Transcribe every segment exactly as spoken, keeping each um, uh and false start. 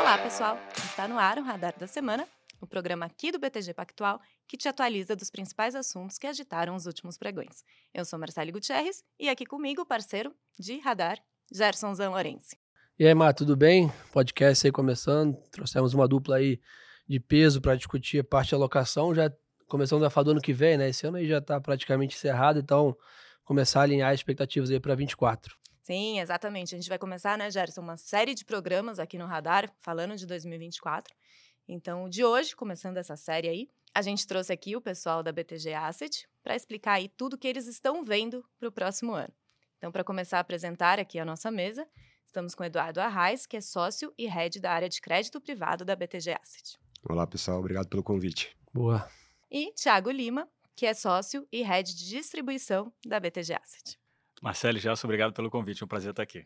Olá, pessoal! Está no ar o Radar da Semana, o programa aqui do B T G Pactual que te atualiza dos principais assuntos que agitaram os últimos pregões. Eu sou Marcele Gutierrez e aqui comigo o parceiro de Radar, Gerson Zanlorenzi. E aí, Má, tudo bem? Podcast aí começando, trouxemos uma dupla aí de peso para discutir a parte de alocação, já começamos a falar do ano que vem, né? Esse ano aí já está praticamente encerrado, então começar a alinhar as expectativas aí para vinte e quatro. Sim, exatamente. A gente vai começar, né, Gerson, uma série de programas aqui no Radar, falando de dois mil e vinte e quatro. Então, de hoje, começando essa série aí, a gente trouxe aqui o pessoal da B T G Asset para explicar aí tudo que eles estão vendo para o próximo ano. Então, para começar a apresentar aqui a nossa mesa, estamos com o Eduardo Arraes, que é sócio e head da área de crédito privado da B T G Asset. Olá, pessoal. Obrigado pelo convite. Boa. E Thiago Lima, que é sócio e head de distribuição da B T G Asset. Marcelo e Gerson, obrigado pelo convite, é um prazer estar aqui.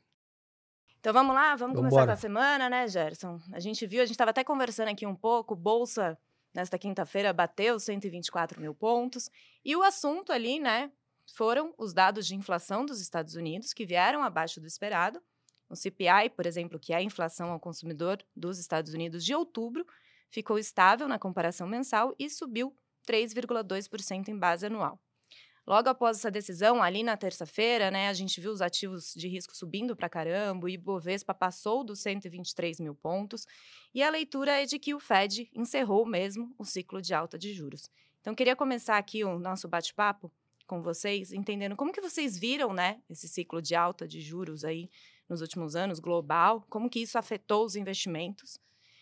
Então vamos lá, vamos Vambora. começar com a semana, né, Gerson? A gente viu, a gente estava até conversando aqui um pouco, Bolsa, nesta quinta-feira, bateu cento e vinte e quatro mil pontos, e o assunto ali, né, foram os dados de inflação dos Estados Unidos, que vieram abaixo do esperado. O C P I, por exemplo, que é a inflação ao consumidor dos Estados Unidos de outubro, ficou estável na comparação mensal e subiu três vírgula dois por cento em base anual. Logo após essa decisão, ali na terça-feira, né, a gente viu os ativos de risco subindo para caramba, o Ibovespa passou dos cento e vinte e três mil pontos, e a leitura é de que o Fed encerrou mesmo o ciclo de alta de juros. Então, queria começar aqui o nosso bate-papo com vocês, entendendo como que vocês viram, né, esse ciclo de alta de juros aí nos últimos anos, global, como que isso afetou os investimentos.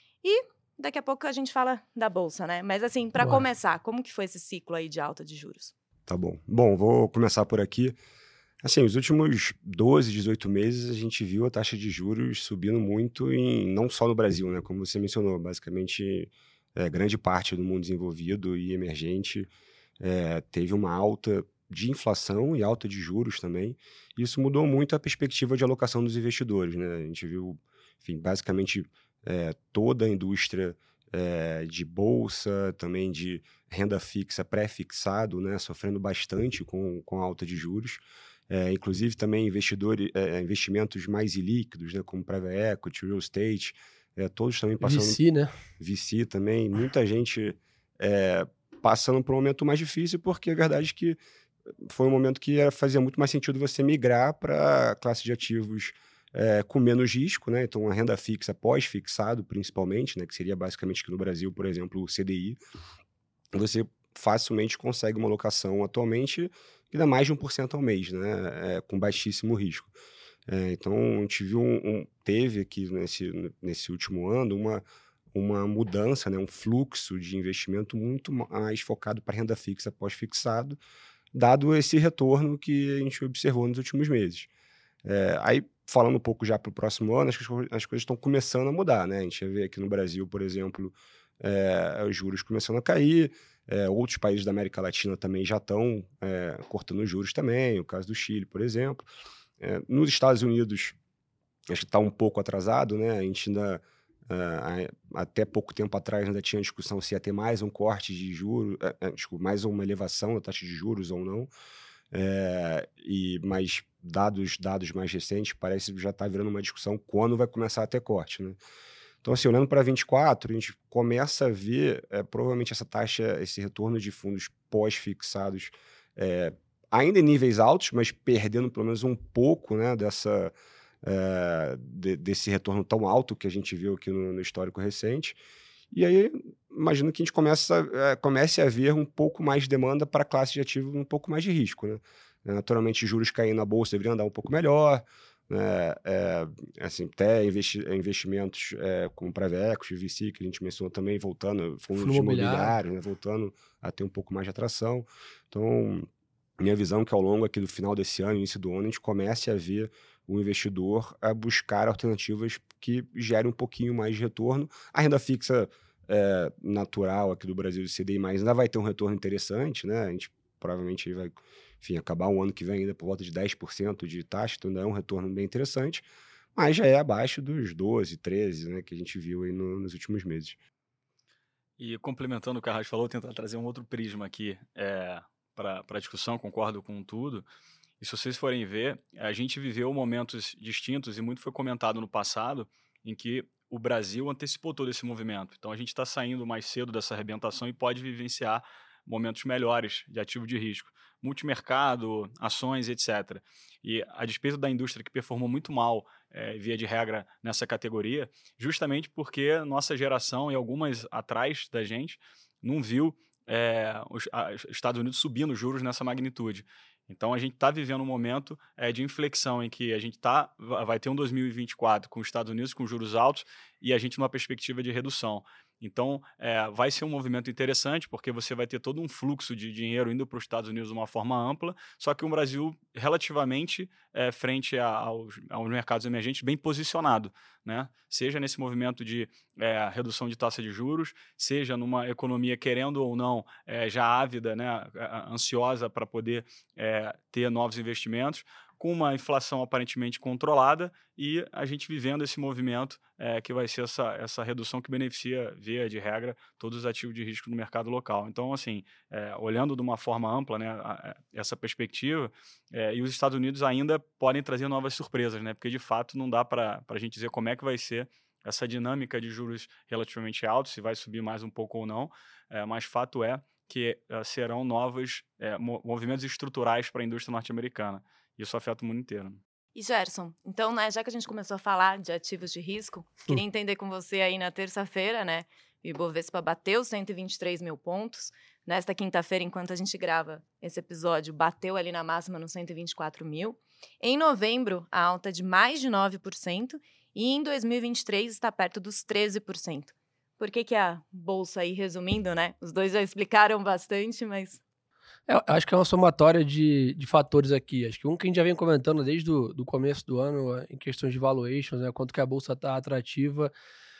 E daqui a pouco a gente fala da Bolsa, né? Mas assim, para começar, como que foi esse ciclo aí de alta de juros? Tá bom. Bom, vou começar por aqui. Assim, os últimos doze, dezoito meses, a gente viu a taxa de juros subindo muito, em, não só no Brasil, né? Como você mencionou, basicamente, é, grande parte do mundo desenvolvido e emergente é, teve uma alta de inflação e alta de juros também. Isso mudou muito a perspectiva de alocação dos investidores, né? A gente viu, enfim, basicamente é, toda a indústria É, de bolsa, também de renda fixa pré-fixado, né, sofrendo bastante com, com a alta de juros. É, inclusive também investidores, é, investimentos mais ilíquidos, né, como private equity, real estate, é, todos também passando... V C, né? V C também, muita gente é, passando por um momento mais difícil, porque a verdade é que foi um momento que era, fazia muito mais sentido você migrar para a classe de ativos É, com menos risco, né? Então, a renda fixa pós-fixado, principalmente, né? Que seria basicamente aqui no Brasil, por exemplo, o C D I, você facilmente consegue uma alocação atualmente que dá mais de um por cento ao mês, né? É, com baixíssimo risco. É, então, a gente viu um, um, teve aqui nesse, nesse último ano uma, uma mudança, né? Um fluxo de investimento muito mais focado para renda fixa pós-fixado, dado esse retorno que a gente observou nos últimos meses. É, aí, falando um pouco já para o próximo ano, acho que as, as coisas estão começando a mudar, né? A gente vê aqui no Brasil, por exemplo, é, os juros começando a cair, é, outros países da América Latina também já estão é, cortando os juros também, o caso do Chile, por exemplo. É, nos Estados Unidos, acho que está um pouco atrasado, né? A gente ainda, é, até pouco tempo atrás, ainda tinha discussão se ia ter mais um corte de juros, é, é, desculpa, mais uma elevação da taxa de juros ou não. É, e, mas dados, dados mais recentes, parece que já está virando uma discussão quando vai começar a ter corte, né? Então, assim, olhando para vinte e quatro, a gente começa a ver é, provavelmente essa taxa, esse retorno de fundos pós-fixados é, ainda em níveis altos, mas perdendo pelo menos um pouco, né, dessa, é, de, desse retorno tão alto que a gente viu aqui no, no histórico recente. E aí, imagino que a gente começa, é, comece a ver um pouco mais de demanda para a classe de ativo, um pouco mais de risco, né? Naturalmente, juros caindo na bolsa deveriam andar um pouco melhor, né? É, assim, até investi investimentos é, como private equity, V C, que a gente mencionou também, voltando, fundos Fundo imobiliários, né? Voltando a ter um pouco mais de atração. Então, minha visão é que ao longo aqui do final desse ano, início do ano, a gente comece a ver o investidor a buscar alternativas que gerem um pouquinho mais de retorno. A renda fixa é, natural aqui do Brasil, do C D I mais, ainda vai ter um retorno interessante, né? A gente provavelmente vai, enfim, acabar o ano que vem ainda por volta de dez por cento de taxa, então ainda é um retorno bem interessante, mas já é abaixo dos doze, treze, né, que a gente viu aí no, nos últimos meses. E complementando o que a Arraes falou, vou tentar trazer um outro prisma aqui é, para a discussão, concordo com tudo. E se vocês forem ver, a gente viveu momentos distintos e muito foi comentado no passado em que o Brasil antecipou todo esse movimento. Então, a gente está saindo mais cedo dessa arrebentação e pode vivenciar momentos melhores de ativo de risco. Multimercado, ações, etcétera. E a despeito da indústria que performou muito mal, é, via de regra, nessa categoria, justamente porque nossa geração e algumas atrás da gente não viu é, os a, Estados Unidos subindo juros nessa magnitude. Então, a gente está vivendo um momento é, de inflexão em que a gente tá, vai ter um dois mil e vinte e quatro com os Estados Unidos com juros altos e a gente numa perspectiva de redução. Então, é, vai ser um movimento interessante, porque você vai ter todo um fluxo de dinheiro indo para os Estados Unidos de uma forma ampla, só que o Brasil, relativamente, é, frente a, aos, aos mercados emergentes, bem posicionado, né? Seja nesse movimento de é, redução de taxa de juros, seja numa economia querendo ou não, é, já ávida, né, ansiosa para poder é, ter novos investimentos, com uma inflação aparentemente controlada e a gente vivendo esse movimento é, que vai ser essa, essa redução que beneficia, via de regra, todos os ativos de risco no mercado local. Então, assim, é, olhando de uma forma ampla, né, a, a, essa perspectiva, é, e os Estados Unidos ainda podem trazer novas surpresas, né, porque de fato não dá para a gente dizer como é que vai ser essa dinâmica de juros relativamente altos, se vai subir mais um pouco ou não, é, mas fato é que é, serão novos é, movimentos estruturais para a indústria norte-americana. Isso afeta o mundo inteiro. E Gerson, então, né, já que a gente começou a falar de ativos de risco, queria entender com você aí na terça-feira, né, o Ibovespa bateu cento e vinte e três mil pontos. Nesta quinta-feira, enquanto a gente grava esse episódio, bateu ali na máxima no cento e vinte e quatro mil. Em novembro, a alta de mais de nove por cento e em dois mil e vinte e três está perto dos treze por cento. Por que que a bolsa aí, resumindo, né, os dois já explicaram bastante, mas... Eu acho que é uma somatória de, de fatores aqui. Acho que um que a gente já vem comentando desde o do começo do ano, em questões de valuations, né, quanto que a bolsa está atrativa,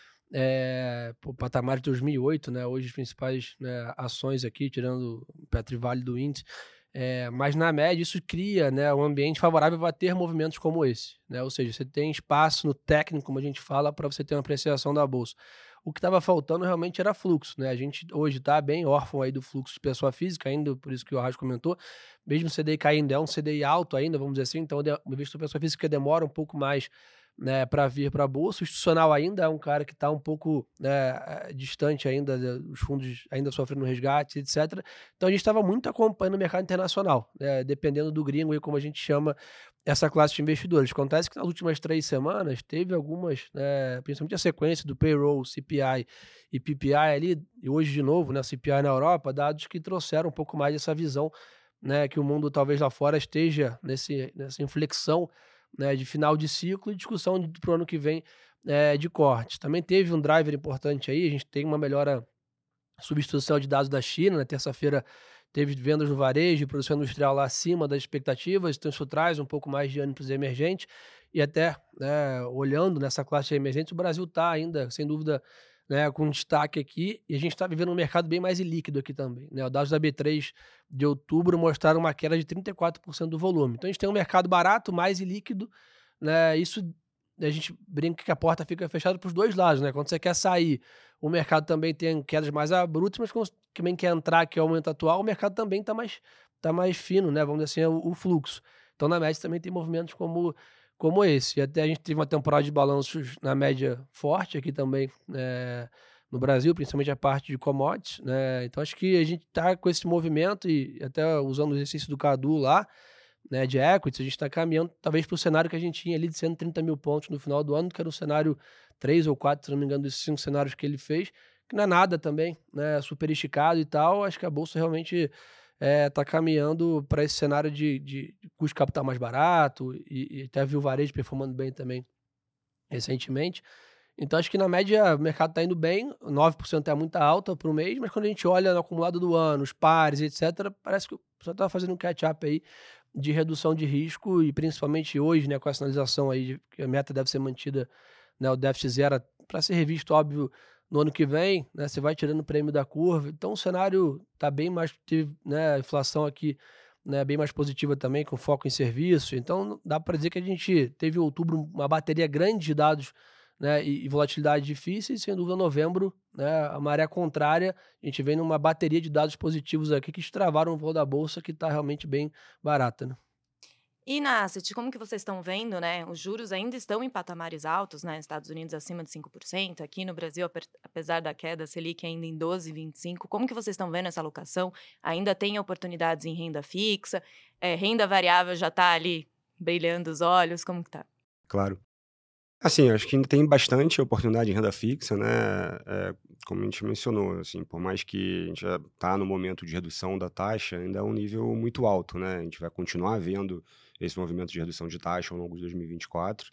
é, o patamar de dois mil e oito, né, hoje as principais, né, ações aqui, tirando o Petro Vale do índice, é, mas na média isso cria, né, um ambiente favorável para ter movimentos como esse, né, ou seja, você tem espaço no técnico, como a gente fala, para você ter uma apreciação da bolsa. O que estava faltando realmente era fluxo, né? A gente hoje está bem órfão aí do fluxo de pessoa física, ainda por isso que o Arras comentou, mesmo o C D I caindo, é um C D I alto ainda, vamos dizer assim, então o investidor pessoa física demora um pouco mais, né, para vir para a bolsa. O institucional ainda é um cara que está um pouco, né, distante ainda, os fundos ainda sofrendo resgate, etcétera. Então a gente estava muito acompanhando o mercado internacional, né, dependendo do gringo e como a gente chama essa classe de investidores. Acontece que nas últimas três semanas teve algumas, né, principalmente a sequência do payroll, C P I e P P I ali, e hoje de novo, né, C P I na Europa, dados que trouxeram um pouco mais essa visão, né, que o mundo talvez lá fora esteja nesse, nessa inflexão, né, de final de ciclo e discussão para o ano que vem, é, de cortes. Também teve um driver importante aí, a gente tem uma melhora substituição de dados da China, na terça-feira teve vendas no varejo e produção industrial lá acima das expectativas, então isso traz um pouco mais de ânimo para os emergentes, e até, né, olhando nessa classe de emergentes, o Brasil está ainda, sem dúvida, né, com destaque aqui, e a gente está vivendo um mercado bem mais ilíquido aqui também, né? Os dados da B três de outubro mostraram uma queda de trinta e quatro por cento do volume. Então a gente tem um mercado barato, mais ilíquido, né? Isso a gente brinca que a porta fica fechada para os dois lados, né? Quando você quer sair, o mercado também tem quedas mais abruptas, mas quando você também quer entrar, que é o momento atual, o mercado também está mais, tá mais fino, né? Vamos dizer assim, o, o fluxo. Então na média também tem movimentos como como esse. E até a gente teve uma temporada de balanços na média forte aqui também, é, no Brasil, principalmente a parte de commodities, né? Então acho que a gente está com esse movimento e até usando o exercício do Cadu lá, né, de equities, a gente está caminhando talvez para o cenário que a gente tinha ali de cento e trinta mil pontos no final do ano, que era um cenário três ou quatro, se não me engano, desses cinco cenários que ele fez, que não é nada também, né, super esticado e tal. Acho que a bolsa realmente está é, caminhando para esse cenário de, de custo de capital mais barato e, e até viu o varejo performando bem também recentemente. Então acho que na média o mercado está indo bem, nove por cento é muita alta para o mês, mas quando a gente olha no acumulado do ano, os pares, etcétera, parece que o pessoal está fazendo um catch-up aí de redução de risco e principalmente hoje, né, com a sinalização aí de que a meta deve ser mantida, né, o déficit zero para ser revisto, óbvio, no ano que vem, né, você vai tirando o prêmio da curva, então o cenário está bem mais, né, a inflação aqui, né, bem mais positiva também, com foco em serviço, então dá para dizer que a gente teve em outubro uma bateria grande de dados, né, e, e volatilidade difícil, e sem dúvida novembro, né, a maré contrária, a gente vem numa bateria de dados positivos aqui que travaram o voo da bolsa, que está realmente bem barata, né? E na Asset, como que vocês estão vendo, né? Os juros ainda estão em patamares altos, né? Estados Unidos acima de cinco por cento, aqui no Brasil, apesar da queda, Selic ainda em doze vírgula vinte e cinco por cento. Como que vocês estão vendo essa alocação? Ainda tem oportunidades em renda fixa? É, renda variável já está ali brilhando os olhos? Como que tá? Claro. Assim, acho que ainda tem bastante oportunidade em renda fixa, né? É, como a gente mencionou, assim, por mais que a gente já está no momento de redução da taxa, ainda é um nível muito alto, né? A gente vai continuar vendo esse movimento de redução de taxa ao longo de dois mil e vinte e quatro,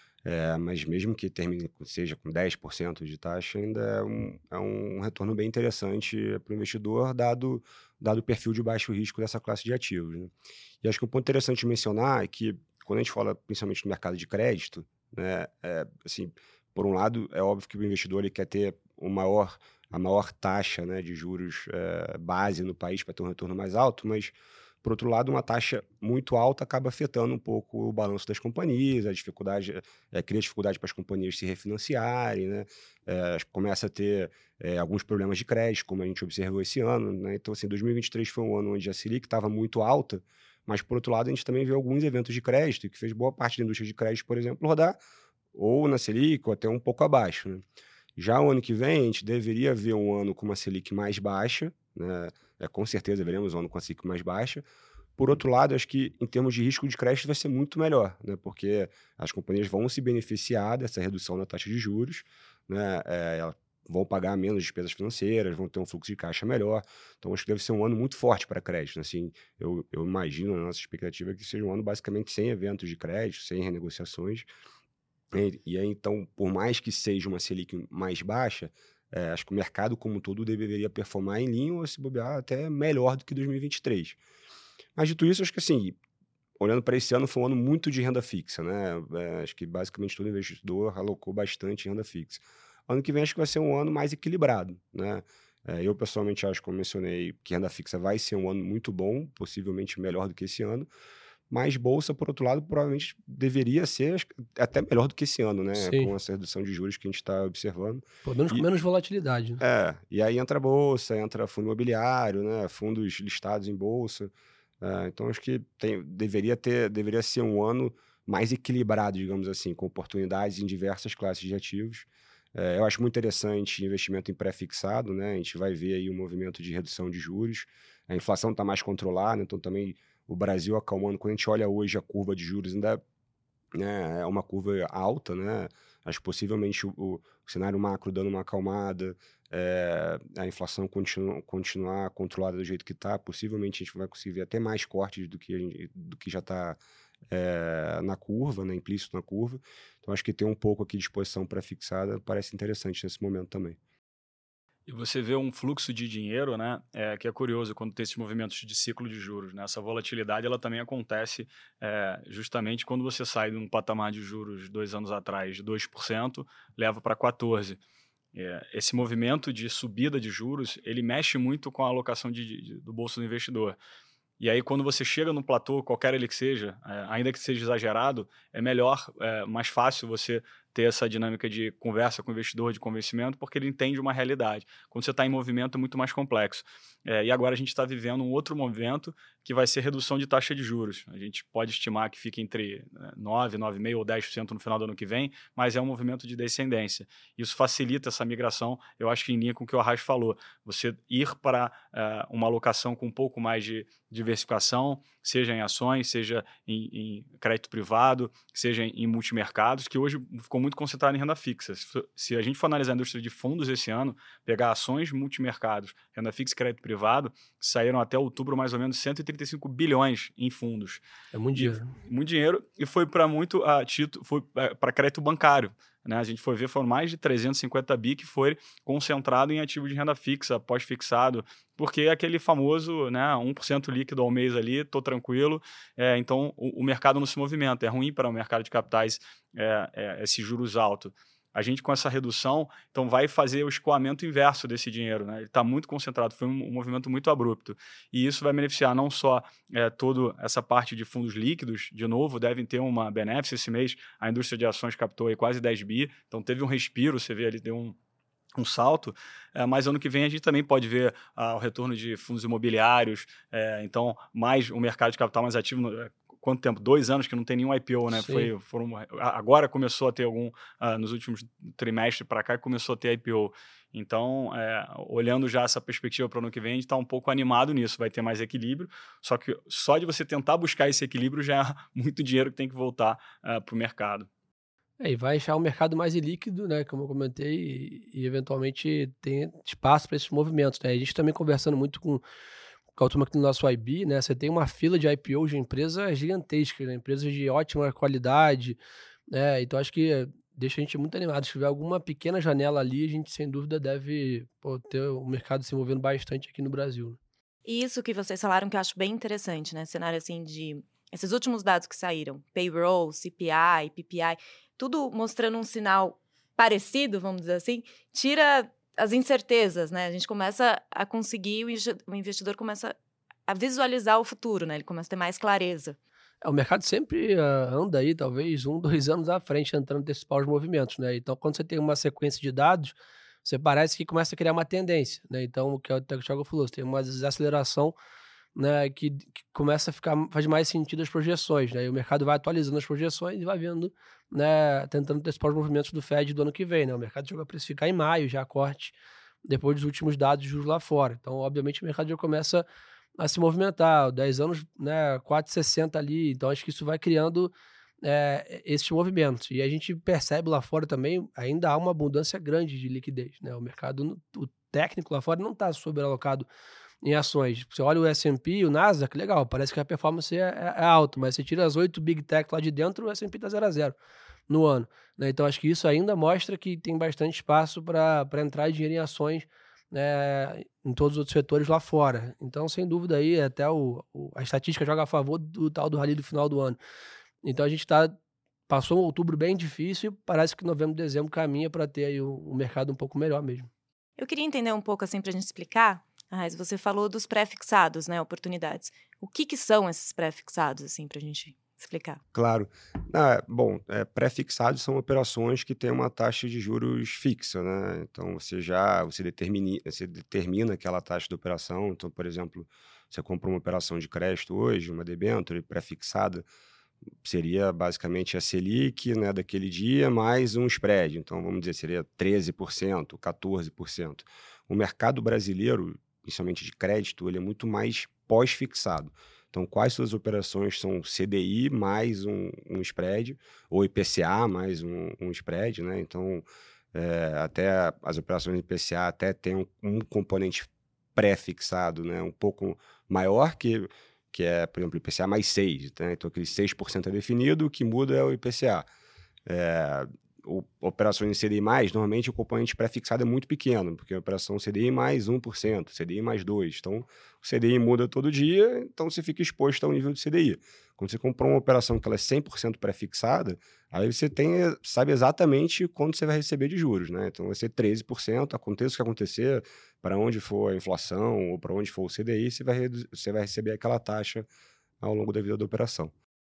é, mas mesmo que termine, seja com dez por cento de taxa, ainda é um, é um retorno bem interessante para o investidor, dado, dado o perfil de baixo risco dessa classe de ativos, né? E acho que um ponto interessante de mencionar é que, quando a gente fala principalmente no mercado de crédito, né, é, assim, por um lado, é óbvio que o investidor ele quer ter o maior, a maior taxa, né, de juros é, base no país para ter um retorno mais alto, mas, por outro lado, uma taxa muito alta acaba afetando um pouco o balanço das companhias, a dificuldade, é, cria dificuldade para as companhias se refinanciarem, né, é, começa a ter é, alguns problemas de crédito, como a gente observou esse ano, né? Então, assim, dois mil e vinte e três foi um ano onde a Selic estava muito alta, mas, por outro lado, a gente também vê alguns eventos de crédito, que fez boa parte da indústria de crédito, por exemplo, rodar ou na Selic ou até um pouco abaixo, né? Já o ano que vem, a gente deveria ver um ano com uma Selic mais baixa, né? É, com certeza veremos um ano com a Selic mais baixa. Por outro lado, acho que em termos de risco de crédito vai ser muito melhor, né? Porque as companhias vão se beneficiar dessa redução na taxa de juros, né? É, ela vão pagar menos despesas financeiras, vão ter um fluxo de caixa melhor. Então, acho que deve ser um ano muito forte para crédito. Assim, eu, eu imagino, a nossa expectativa é que seja um ano basicamente sem eventos de crédito, sem renegociações. E, e aí, então, por mais que seja uma Selic mais baixa, é, acho que o mercado como um todo deveria performar em linha ou se bobear até melhor do que dois mil e vinte e três. Mas, dito isso, acho que assim, olhando para esse ano, foi um ano muito de renda fixa, né? É, acho que basicamente todo investidor alocou bastante em renda fixa. Ano que vem acho que vai ser um ano mais equilibrado, né? É, eu pessoalmente acho, como mencionei, que renda fixa vai ser um ano muito bom, possivelmente melhor do que esse ano, mas bolsa, por outro lado, provavelmente deveria ser acho que até melhor do que esse ano, né? Sim. Com essa redução de juros que a gente está observando. Pelo menos com E, menos volatilidade, né? é, e aí entra a bolsa, entra fundo imobiliário, né? Fundos listados em bolsa. É, então, acho que tem, deveria ter, deveria ser um ano mais equilibrado, digamos assim, com oportunidades em diversas classes de ativos. É, eu acho muito interessante investimento em pré-fixado, né? A gente vai ver aí um movimento de redução de juros. A inflação está mais controlada, então também o Brasil acalmando. Quando a gente olha hoje a curva de juros, ainda, né, é uma curva alta, né? Acho que possivelmente o, o cenário macro dando uma acalmada, é, a inflação continu, continuar controlada do jeito que está, possivelmente a gente vai conseguir ver até mais cortes do que, a gente, do que já está é, na curva, né, implícito na curva. Então, acho que ter um pouco aqui de exposição pré-fixada parece interessante nesse momento também. E você vê um fluxo de dinheiro, né, é, que é curioso quando tem esses movimentos de ciclo de juros, né? Essa volatilidade ela também acontece é, justamente quando você sai de um patamar de juros dois anos atrás de dois por cento, leva para quatorze por cento. É, esse movimento de subida de juros, ele mexe muito com a alocação de, de, do bolso do investidor. E aí, quando você chega no platô, qualquer ele que seja, é, ainda que seja exagerado, é melhor, é, mais fácil você ter essa dinâmica de conversa com o investidor, de convencimento, porque ele entende uma realidade. Quando você está em movimento, é muito mais complexo. É, e agora a gente está vivendo um outro movimento que vai ser redução de taxa de juros. A gente pode estimar que fique entre nove, nove vírgula cinco por cento ou dez por cento no final do ano que vem, mas é um movimento de descendência. Isso facilita essa migração, eu acho que em linha com o que o Arras falou. Você ir para uh, uma alocação com um pouco mais de diversificação, seja em ações, seja em, em crédito privado, seja em, em multimercados, que hoje ficou muito concentrado em renda fixa. Se, se a gente for analisar a indústria de fundos esse ano, pegar ações, multimercados, renda fixa e crédito privado, saíram até outubro mais ou menos cento e trinta e cinco bilhões em fundos. É muito dinheiro. E, muito dinheiro, e foi para muito a título, foi para crédito bancário. Né? A gente foi ver, foram mais de trezentos e cinquenta bi que foi concentrado em ativo de renda fixa, pós-fixado, porque é aquele famoso, né, um por cento líquido ao mês ali, estou tranquilo, é, então o, o mercado não se movimenta, é ruim para o mercado de capitais é, é, esse juros alto. A gente, com essa redução, então vai fazer o escoamento inverso desse dinheiro. Né? Ele está muito concentrado, foi um, um movimento muito abrupto. E isso vai beneficiar não só é, toda essa parte de fundos líquidos, de novo, devem ter uma benefício esse mês, a indústria de ações captou aí quase dez bi, então teve um respiro, você vê ali, deu um, um salto, é, mas ano que vem a gente também pode ver ah, o retorno de fundos imobiliários, é, então mais o mercado de capital mais ativo, no, quanto tempo? Dois anos que não tem nenhum I P O, né? Foi, foram, agora começou a ter algum, uh, nos últimos trimestres para cá, começou a ter I P O. Então, é, olhando já essa perspectiva para o ano que vem, a gente está um pouco animado nisso, vai ter mais equilíbrio, só que só de você tentar buscar esse equilíbrio já é muito dinheiro que tem que voltar uh, para o mercado. É, e vai achar um mercado mais líquido, né, como eu comentei, e, e eventualmente tem espaço para esses movimentos, né? A gente também conversando muito com, com a turma aqui no nosso I B, né, você tem uma fila de I P Os de empresas gigantescas, né, empresas de ótima qualidade, né, então acho que deixa a gente muito animado. Se tiver alguma pequena janela ali, a gente sem dúvida deve pô, ter o mercado se movendo bastante aqui no Brasil. Né? E isso que vocês falaram que eu acho bem interessante, né, cenário assim de... Esses últimos dados que saíram, payroll, C P I, P P I, tudo mostrando um sinal parecido, vamos dizer assim, tira as incertezas, né? A gente começa a conseguir, o investidor começa a visualizar o futuro, né? Ele começa a ter mais clareza. É, o mercado sempre uh, anda aí, talvez, um, dois anos à frente, tentando antecipar os movimentos, né? Então, quando você tem uma sequência de dados, você parece que começa a criar uma tendência, né? Então, o que o Thiago falou, você tem uma desaceleração, né, que, que começa a ficar, faz mais sentido as projeções, né? E o mercado vai atualizando as projeções e vai vendo, né, tentando antecipar os movimentos do Fed do ano que vem, né? O mercado chegou a precificar em maio já corte, depois dos últimos dados de juros lá fora. Então, obviamente, o mercado já começa a se movimentar, dez anos, né, quatro vírgula sessenta ali, então acho que isso vai criando é, esses movimentos. E a gente percebe lá fora também, ainda há uma abundância grande de liquidez, né? O mercado, o técnico lá fora não está sobralocado em ações. Você olha o S and P, o Nasdaq, legal, parece que a performance é, é, é alta, mas você tira as oito Big Tech lá de dentro, o S and P está zero a zero no ano. Né? Então, acho que isso ainda mostra que tem bastante espaço para entrar dinheiro em ações, né, em todos os outros setores lá fora. Então, sem dúvida, aí até o, o, a estatística joga a favor do tal do rally do final do ano. Então, a gente tá, passou um outubro bem difícil e parece que novembro, dezembro caminha para ter aí um, um mercado um pouco melhor mesmo. Eu queria entender um pouco, assim, para a gente explicar. Raiz, você falou dos pré-fixados, né, oportunidades. O que, que são esses pré-fixados, assim, para a gente explicar? Claro. Ah, bom, é, pré-fixados são operações que têm uma taxa de juros fixa, né? Então, você já você determina, você determina aquela taxa de operação. Então, por exemplo, você compra uma operação de crédito hoje, uma debênture pré-fixada, seria basicamente a Selic, né, daquele dia, mais um spread. Então, vamos dizer, seria treze por cento, quatorze por cento. O mercado brasileiro, principalmente de crédito, ele é muito mais pós-fixado. Então, quais suas operações são C D I mais um, um spread, ou I P C A mais um, um spread, né? Então, é, até as operações de I P C A até tem um, um componente pré-fixado, né? Um pouco maior que, que é, por exemplo, I P C A mais seis, né? Então, aquele seis por cento é definido, o que muda é o I P C A. É, o, operações em C D I mais, normalmente o componente pré-fixado é muito pequeno, porque a operação C D I mais um por cento, C D I mais dois por cento. Então, o C D I muda todo dia, então você fica exposto ao nível de C D I. Quando você comprou uma operação que ela é cem por cento pré-fixada, aí você tem, sabe exatamente quanto você vai receber de juros, né? Então, vai ser treze por cento, aconteça o que acontecer, para onde for a inflação ou para onde for o C D I, você vai, você vai receber aquela taxa ao longo da vida da operação.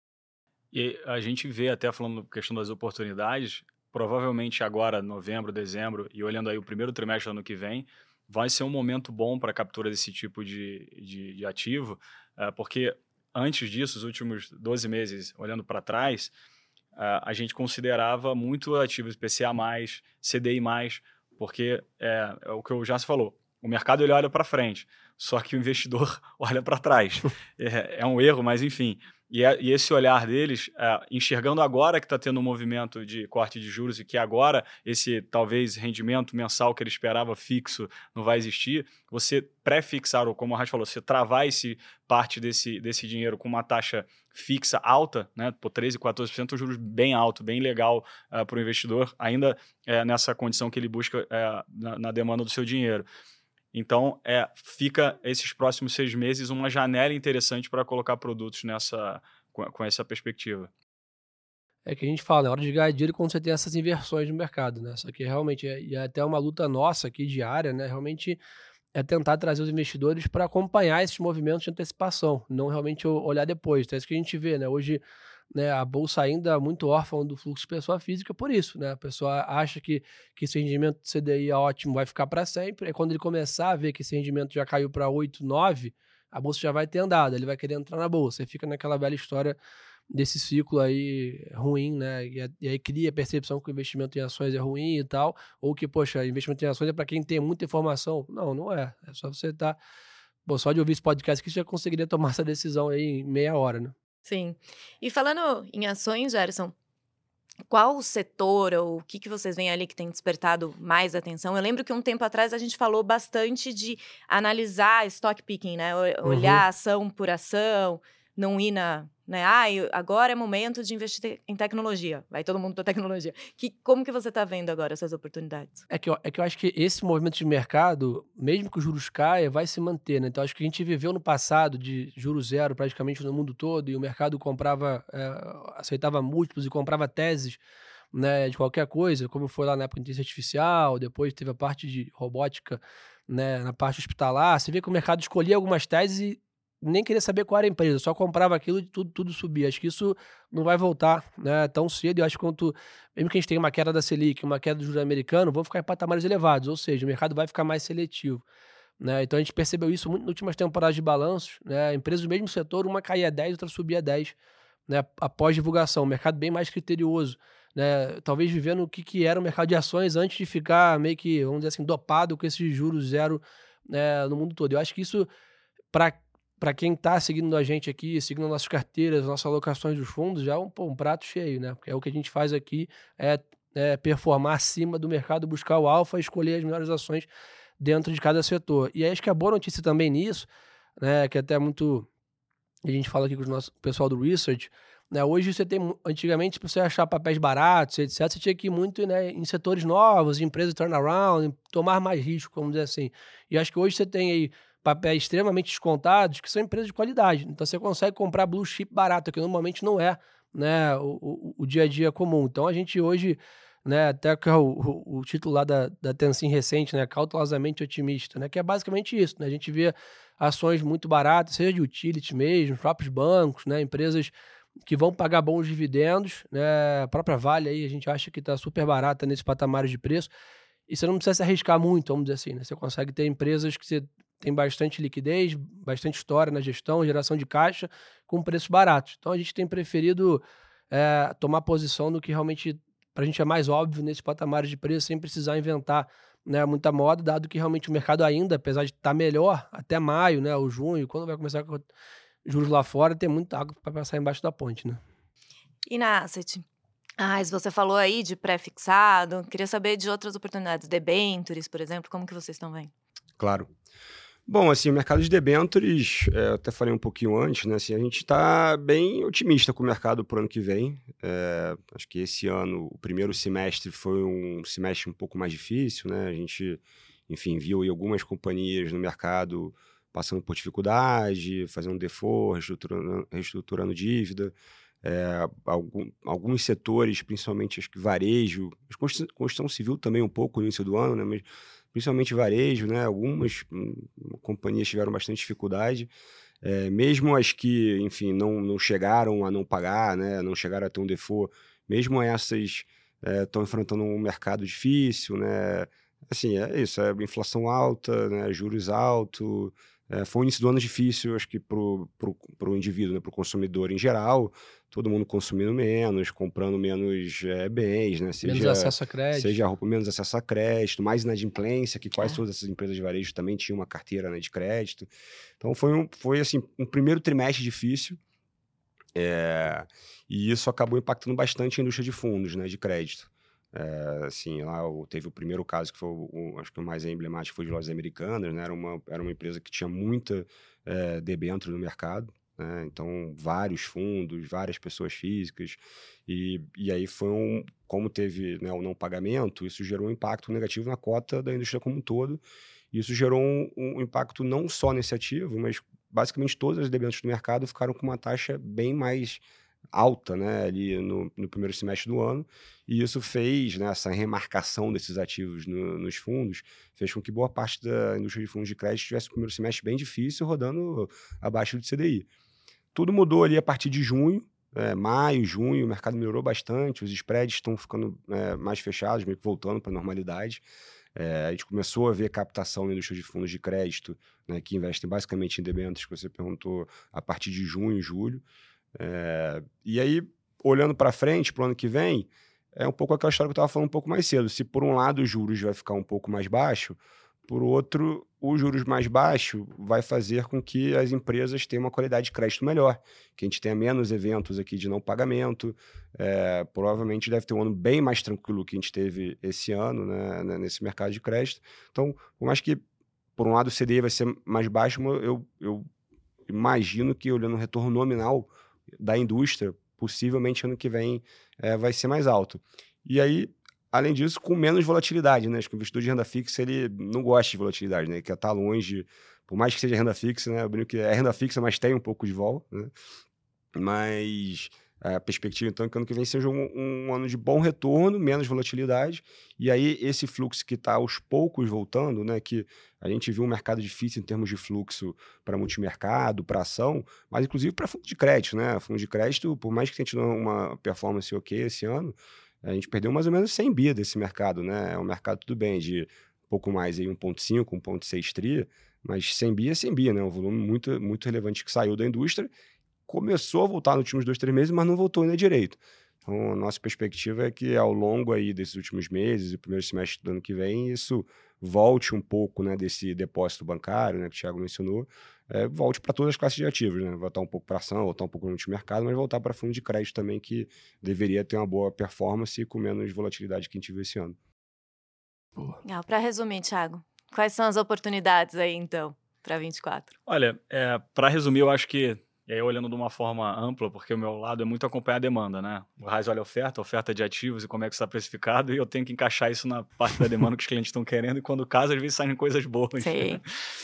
E a gente vê, até falando questão das oportunidades, provavelmente agora, novembro, dezembro, e olhando aí o primeiro trimestre do ano que vem, vai ser um momento bom para a captura desse tipo de, de, de ativo, uh, porque antes disso, os últimos doze meses, olhando para trás, uh, a gente considerava muito ativos I P C A mais, C D I mais, porque é, é o que o Jássio falou, o mercado ele olha para frente, só que o investidor olha para trás. é, é um erro, mas enfim... E, é, e esse olhar deles, é, enxergando agora que está tendo um movimento de corte de juros e que agora esse, talvez, rendimento mensal que ele esperava fixo não vai existir, você pré-fixar, ou como a Raj falou, você travar esse, parte desse, desse dinheiro com uma taxa fixa alta, né, por treze, quatorze por cento, um juros bem alto, bem legal uh, para o investidor, ainda é, nessa condição que ele busca é, na, na demanda do seu dinheiro. Então, é, fica esses próximos seis meses uma janela interessante para colocar produtos nessa, com, com essa perspectiva. É que a gente fala, é hora de ganhar dinheiro quando você tem essas inversões no mercado, né? Só que realmente, é, e é até uma luta nossa aqui diária, né? Realmente é tentar trazer os investidores para acompanhar esses movimentos de antecipação, não realmente olhar depois. Então é isso que a gente vê, né? Hoje, né, a bolsa ainda é muito órfã do fluxo de pessoa física por isso, né? A pessoa acha que, que esse rendimento do C D I é ótimo, vai ficar para sempre. É quando ele começar a ver que esse rendimento já caiu para oito, nove, a bolsa já vai ter andado, ele vai querer entrar na bolsa. E fica naquela velha história desse ciclo aí ruim, né? E, e aí cria a percepção que o investimento em ações é ruim e tal, ou que, poxa, investimento em ações é para quem tem muita informação. Não, não é. É só você estar... Tá, bom, só de ouvir esse podcast que você já conseguiria tomar essa decisão aí em meia hora, né? Sim. E falando em ações, Gerson, qual o setor ou o que, que vocês veem ali que tem despertado mais atenção? Eu lembro que um tempo atrás a gente falou bastante de analisar stock picking, né? Olhar Uhum. ação por ação, não ir na... Né? Ah, agora é momento de investir em tecnologia. Vai todo mundo para tecnologia. Que, como que você está vendo agora essas oportunidades? É que, eu, é que eu acho que esse movimento de mercado, mesmo que os juros caia, vai se manter, né? Então, acho que a gente viveu no passado de juros zero praticamente no mundo todo e o mercado comprava, é, aceitava múltiplos e comprava teses, né, de qualquer coisa, como foi lá na época de inteligência artificial, depois teve a parte de robótica, né, na parte hospitalar. Você vê que o mercado escolhia algumas teses e nem queria saber qual era a empresa, só comprava aquilo e tudo, tudo subia. Acho que isso não vai voltar, né, tão cedo. Eu acho que quanto, mesmo que a gente tenha uma queda da Selic, uma queda do juro americano, vão ficar em patamares elevados, ou seja, o mercado vai ficar mais seletivo, né? Então a gente percebeu isso muito nas últimas temporadas de balanços, né? Empresas do mesmo setor, uma caía dez, outra subia dez, né, após divulgação. O mercado bem mais criterioso, né? Talvez vivendo o que, que era o mercado de ações antes de ficar meio que, vamos dizer assim, dopado com esses juros zero, né, no mundo todo. Eu acho que isso, para para quem está seguindo a gente aqui, seguindo nossas carteiras, nossas alocações dos fundos, já é um, pô, um prato cheio, né? Porque é o que a gente faz aqui, é, é performar acima do mercado, buscar o alfa, escolher as melhores ações dentro de cada setor. E aí acho que a boa notícia também nisso, né, que até muito a gente fala aqui com o nosso pessoal do research, né, hoje você tem, antigamente, para você achar papéis baratos, etcétera, você tinha que ir muito, né, em setores novos, em empresas turnaround, em tomar mais risco, vamos dizer assim. E acho que hoje você tem aí papéis extremamente descontados, que são empresas de qualidade. Então você consegue comprar blue chip barato, que normalmente não é, né, o, o, o dia a dia comum. Então a gente hoje, né, até que é o, o, o título lá da, da Tencent recente, né, cautelosamente otimista, né, que é basicamente isso, né, a gente vê ações muito baratas, seja de utility mesmo, próprios bancos, né, empresas que vão pagar bons dividendos, né, a própria Vale aí a gente acha que está super barata nesse patamar de preço, e você não precisa se arriscar muito, vamos dizer assim, né, você consegue ter empresas que você tem bastante liquidez, bastante história na gestão, geração de caixa, com preços baratos. Então a gente tem preferido é, tomar posição no que realmente para a gente é mais óbvio nesse patamar de preço, sem precisar inventar, né, muita moda, dado que realmente o mercado ainda, apesar de estar melhor, até maio, né, ou junho, quando vai começar com juros lá fora, tem muita água para passar embaixo da ponte, né? E na asset? Ah, você falou aí de pré-fixado, queria saber de outras oportunidades, debentures, por exemplo, como que vocês estão vendo? Claro. Bom, assim, o mercado de debêntures, é, eu até falei um pouquinho antes, né? Assim, a gente está bem otimista com o mercado para o ano que vem. É, acho que esse ano, o primeiro semestre foi um semestre um pouco mais difícil, né? A gente, enfim, viu aí algumas companhias no mercado passando por dificuldade, fazendo default, reestruturando, reestruturando dívida. É, algum, alguns setores, principalmente acho que varejo, construção civil também um pouco no início do ano, né? Mas principalmente varejo, né? Algumas hum, companhias tiveram bastante dificuldade, é, mesmo as que, enfim, não, não chegaram a não pagar, né? Não chegaram a ter um default, mesmo essas estão é, enfrentando um mercado difícil, né? Assim, é isso, é inflação alta, né? Juros altos. É, foi um início do ano difícil, acho que para o indivíduo, né? Para o consumidor em geral, todo mundo consumindo menos, comprando menos é, bens, né? Seja, menos acesso a crédito. Seja roupa, menos acesso a crédito, mais inadimplência, que quase é. todas essas empresas de varejo também tinham uma carteira, né, de crédito. Então foi, um, foi assim, um primeiro trimestre difícil, é, e isso acabou impactando bastante a indústria de fundos, né, de crédito. É, assim, lá teve o primeiro caso que foi o, o, acho que o mais emblemático, foi de Lojas Americanas, né? Era uma, era uma empresa que tinha muita é, debênture no mercado, né? Então vários fundos, várias pessoas físicas, e, e aí foi um, como teve, né, o não pagamento, isso gerou um impacto negativo na cota da indústria como um todo, e isso gerou um, um impacto não só nesse ativo, mas basicamente todas as debêntures do mercado ficaram com uma taxa bem mais alta, né, ali no, no primeiro semestre do ano, e isso fez, né, essa remarcação desses ativos no, nos fundos, fez com que boa parte da indústria de fundos de crédito tivesse o primeiro semestre bem difícil, rodando abaixo do C D I. Tudo mudou ali a partir de junho, é, maio, junho, o mercado melhorou bastante, os spreads estão ficando é, mais fechados, meio que voltando para a normalidade. É, a gente começou a ver captação na indústria de fundos de crédito, né, que investem basicamente em debêntures, que você perguntou, a partir de junho, julho. É, e aí, olhando para frente, para o ano que vem, é um pouco aquela história que eu estava falando um pouco mais cedo. Se por um lado os juros vai ficar um pouco mais baixo, por outro, os juros mais baixos vai fazer com que as empresas tenham uma qualidade de crédito melhor, que a gente tenha menos eventos aqui de não pagamento. É, provavelmente deve ter um ano bem mais tranquilo que a gente teve esse ano, né, nesse mercado de crédito. Então, por mais que, por um lado, o C D I vai ser mais baixo, eu, eu imagino que, olhando o retorno nominal da indústria, possivelmente ano que vem é, vai ser mais alto. E aí, além disso, com menos volatilidade, né? Acho que o investidor de renda fixa, ele não gosta de volatilidade, né? Ele quer estar longe, por mais que seja renda fixa, né? Eu brinco que é renda fixa, mas tem um pouco de vol, né? Mas a perspectiva, então, é que ano que vem seja um, um ano de bom retorno, menos volatilidade, e aí esse fluxo que está aos poucos voltando, né? Que a gente viu um mercado difícil em termos de fluxo para multimercado, para ação, mas inclusive para fundo de crédito, né? Fundo de crédito, por mais que a gente não uma performance ok esse ano, a gente perdeu mais ou menos cem bi desse mercado, né? É um mercado, tudo bem, de um pouco mais aí, um vírgula cinco, um vírgula seis tri, mas cem bi é cem bi, né? Um volume muito, muito relevante que saiu da indústria, começou a voltar nos últimos dois, três meses, mas não voltou ainda direito. Então, a nossa perspectiva é que ao longo aí desses últimos meses, o primeiro semestre do ano que vem, isso volte um pouco, né, desse depósito bancário, né, que o Thiago mencionou, é, volte para todas as classes de ativos, né? Voltar um pouco para ação, voltar um pouco no multimercado, mas voltar para fundo de crédito também, que deveria ter uma boa performance e com menos volatilidade que a gente viu esse ano. Para resumir, Thiago, quais são as oportunidades aí, então, para vinte e quatro? Olha, é, para resumir, eu acho que, e aí olhando de uma forma ampla, porque o meu lado é muito acompanhar a demanda, né? O Raiz olha a oferta, a oferta de ativos e como é que está precificado, e eu tenho que encaixar isso na parte da demanda que os clientes estão querendo, e quando casa, às vezes saem coisas boas. Sim.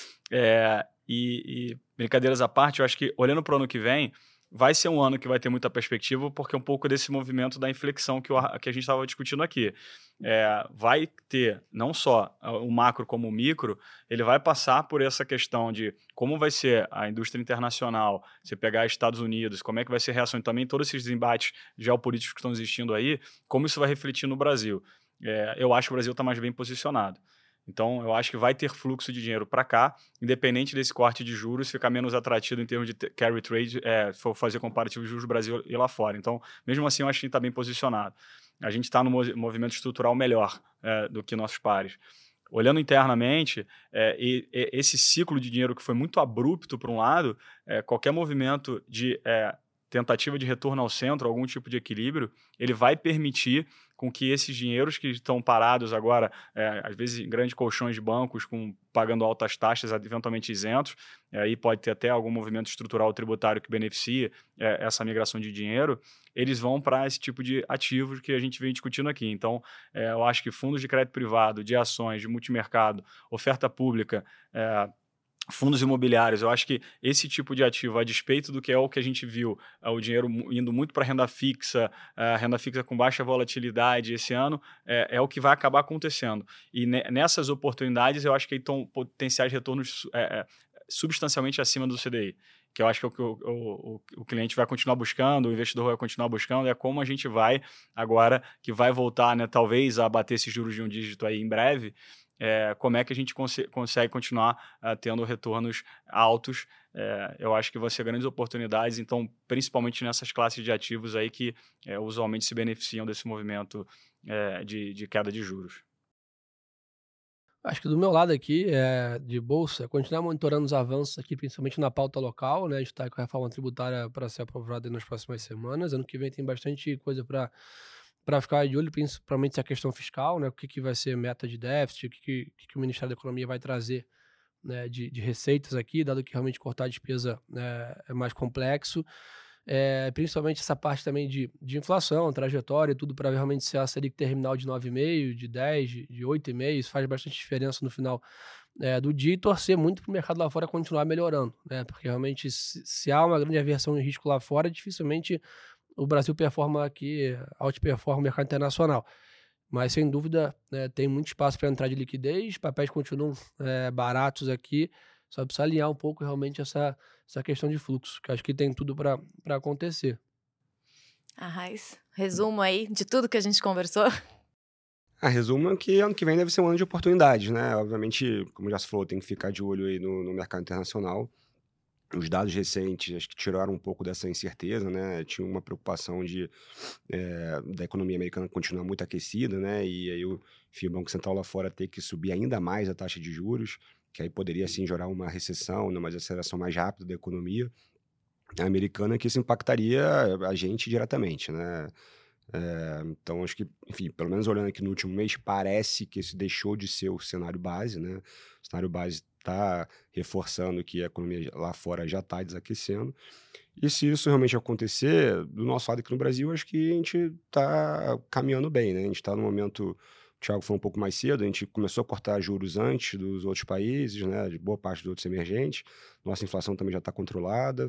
É, e, e brincadeiras à parte, eu acho que olhando para o ano que vem, vai ser um ano que vai ter muita perspectiva, porque é um pouco desse movimento da inflexão que, o, que a gente estava discutindo aqui. É, vai ter não só o macro como o micro, ele vai passar por essa questão de como vai ser a indústria internacional, você pegar Estados Unidos, como é que vai ser a reação, e também todos esses embates geopolíticos que estão existindo aí, como isso vai refletir no Brasil. É, eu acho que o Brasil está mais bem posicionado. Então, eu acho que vai ter fluxo de dinheiro para cá, independente desse corte de juros, ficar menos atrativo em termos de carry trade, é, se for fazer comparativo de juros do Brasil e lá fora. Então, mesmo assim, eu acho que a gente está bem posicionado. A gente está no movimento estrutural melhor é, do que nossos pares. Olhando internamente, é, e, e, esse ciclo de dinheiro que foi muito abrupto, por um lado, é, qualquer movimento de é, tentativa de retorno ao centro, algum tipo de equilíbrio, ele vai permitir com que esses dinheiros que estão parados agora, é, às vezes em grandes colchões de bancos, com, pagando altas taxas, eventualmente isentos, é, aí pode ter até algum movimento estrutural tributário que beneficie é, essa migração de dinheiro, eles vão para esse tipo de ativos que a gente vem discutindo aqui. Então, é, eu acho que fundos de crédito privado, de ações, de multimercado, oferta pública, é, fundos imobiliários, eu acho que esse tipo de ativo, a despeito do que é o que a gente viu, é, o dinheiro indo muito para renda fixa, é, renda fixa com baixa volatilidade esse ano, é, é o que vai acabar acontecendo. E ne, nessas oportunidades, eu acho que estão potenciais retornos é, é, substancialmente acima do C D I, que eu acho que é o que o, o, o cliente vai continuar buscando, o investidor vai continuar buscando, é como a gente vai agora, que vai voltar, né, talvez, a bater esses juros de um dígito aí em breve, É, como é que a gente cons consegue continuar uh, tendo retornos altos. É, eu acho que vão ser grandes oportunidades, então, principalmente nessas classes de ativos aí que é, usualmente se beneficiam desse movimento é, de, de queda de juros. Acho que do meu lado aqui, é, de bolsa, continuar monitorando os avanços aqui, principalmente na pauta local, né? A gente está com a reforma tributária para ser aprovada nas próximas semanas. Ano que vem tem bastante coisa para para ficar de olho, principalmente essa questão fiscal, né? O que, que vai ser meta de déficit, o que, que, que o Ministério da Economia vai trazer, né, de, de receitas aqui, dado que realmente cortar a despesa, né, é mais complexo. É, principalmente essa parte também de, de inflação, trajetória, tudo para realmente ser a Selic terminal de nove vírgula cinco, de dez, de, de oito vírgula cinco, isso faz bastante diferença no final é, do dia, e torcer muito para o mercado lá fora continuar melhorando, né? Porque realmente se, se há uma grande aversão em risco lá fora, dificilmente o Brasil performa aqui, outperforma o mercado internacional. Mas, sem dúvida, né, tem muito espaço para entrar de liquidez, papéis continuam é, baratos aqui, só precisa alinhar um pouco realmente essa, essa questão de fluxo, que acho que tem tudo para acontecer. Ah, Raiz, resumo aí de tudo que a gente conversou. A resumo é que ano que vem deve ser um ano de oportunidades, né? Obviamente, como já se falou, tem que ficar de olho aí no, no mercado internacional. os dados recentes acho que tiraram um pouco dessa incerteza, né? Tinha uma preocupação de, é, da economia americana continuar muito aquecida, né? E aí o, enfim, o Banco Central lá fora ter que subir ainda mais a taxa de juros, que aí poderia, sim, gerar uma recessão, né? Uma aceleração mais rápida da economia americana, que isso impactaria a gente diretamente, né? É, então, acho que, enfim, pelo menos olhando aqui no último mês, parece que isso deixou de ser o cenário base, né? O cenário base está reforçando que a economia lá fora já está desaquecendo. E se isso realmente acontecer, do nosso lado aqui no Brasil, acho que a gente está caminhando bem, né? A gente está no momento, o Thiago foi um pouco mais cedo, a gente começou a cortar juros antes dos outros países, né? De boa parte dos outros emergentes. Nossa inflação também já está controlada.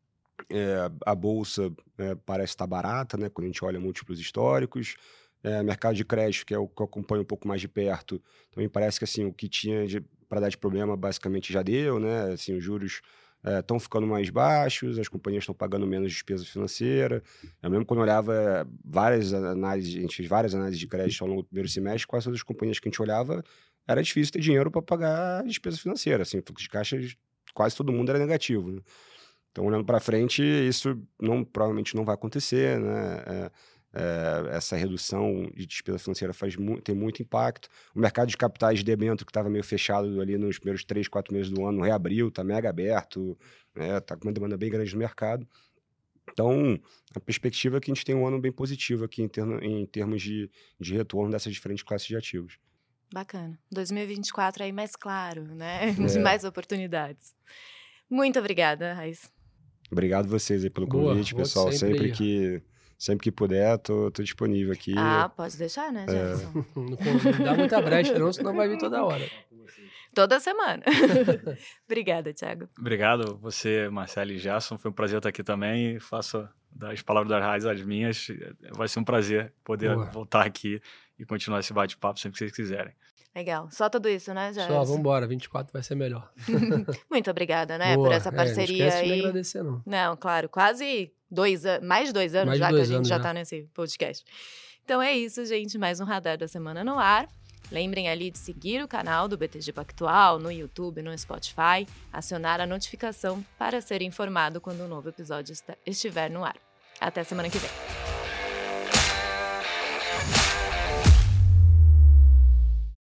É, a bolsa é, parece estar barata, né, quando a gente olha múltiplos históricos. É, mercado de crédito, que é o que eu acompanho um pouco mais de perto, também parece que assim, o que tinha para dar de problema basicamente já deu, né? Assim, os juros estão é, ficando mais baixos, as companhias estão pagando menos despesa financeira. Eu mesmo quando eu olhava várias análises, a gente fez várias análises de crédito ao longo do primeiro semestre, quase todas as companhias que a gente olhava, era difícil ter dinheiro para pagar a despesa financeira. Assim, o fluxo de caixa, quase todo mundo era negativo, né? Então, olhando para frente, isso não, provavelmente não vai acontecer, né? É, é, essa redução de despesa financeira faz mu- tem muito impacto. O mercado de capitais de debênture, que estava meio fechado ali nos primeiros três, quatro meses do ano, reabriu, está mega aberto, está com uma demanda bem grande no mercado. Então, a perspectiva é que a gente tem um ano bem positivo aqui em, termo, em termos de, de retorno dessas diferentes classes de ativos. Bacana. dois mil e vinte e quatro aí mais claro, né? É. Mais oportunidades. Muito obrigada, Raíssa. Obrigado vocês aí pelo Boa, convite, volte pessoal. sempre Sempre aí. que, sempre que puder, tô, tô disponível aqui. Ah, pode deixar, né, Gerson? Não não dá muita brecha, não, senão vai vir toda hora. Toda semana. Obrigada, Thiago. Obrigado, você, Marcelo e Gerson. Foi um prazer estar aqui também. Faço das palavras da Raíssa as minhas. Vai ser um prazer poder Boa. voltar aqui e continuar esse bate-papo sempre que vocês quiserem. Legal. Só tudo isso, né, Gerson? Só, vambora, vinte e quatro vai ser melhor. Muito obrigada, né, Boa. por essa É, parceria não esquece de aí. me agradecer, não. Não, claro, quase dois anos, mais de dois anos Mais de já dois que a gente anos já já. tá nesse podcast. Então é isso, gente, mais um Radar da Semana no ar. Lembrem ali de seguir o canal do B T G Pactual no YouTube, no Spotify, acionar a notificação para ser informado quando o novo episódio estiver no ar. Até semana que vem.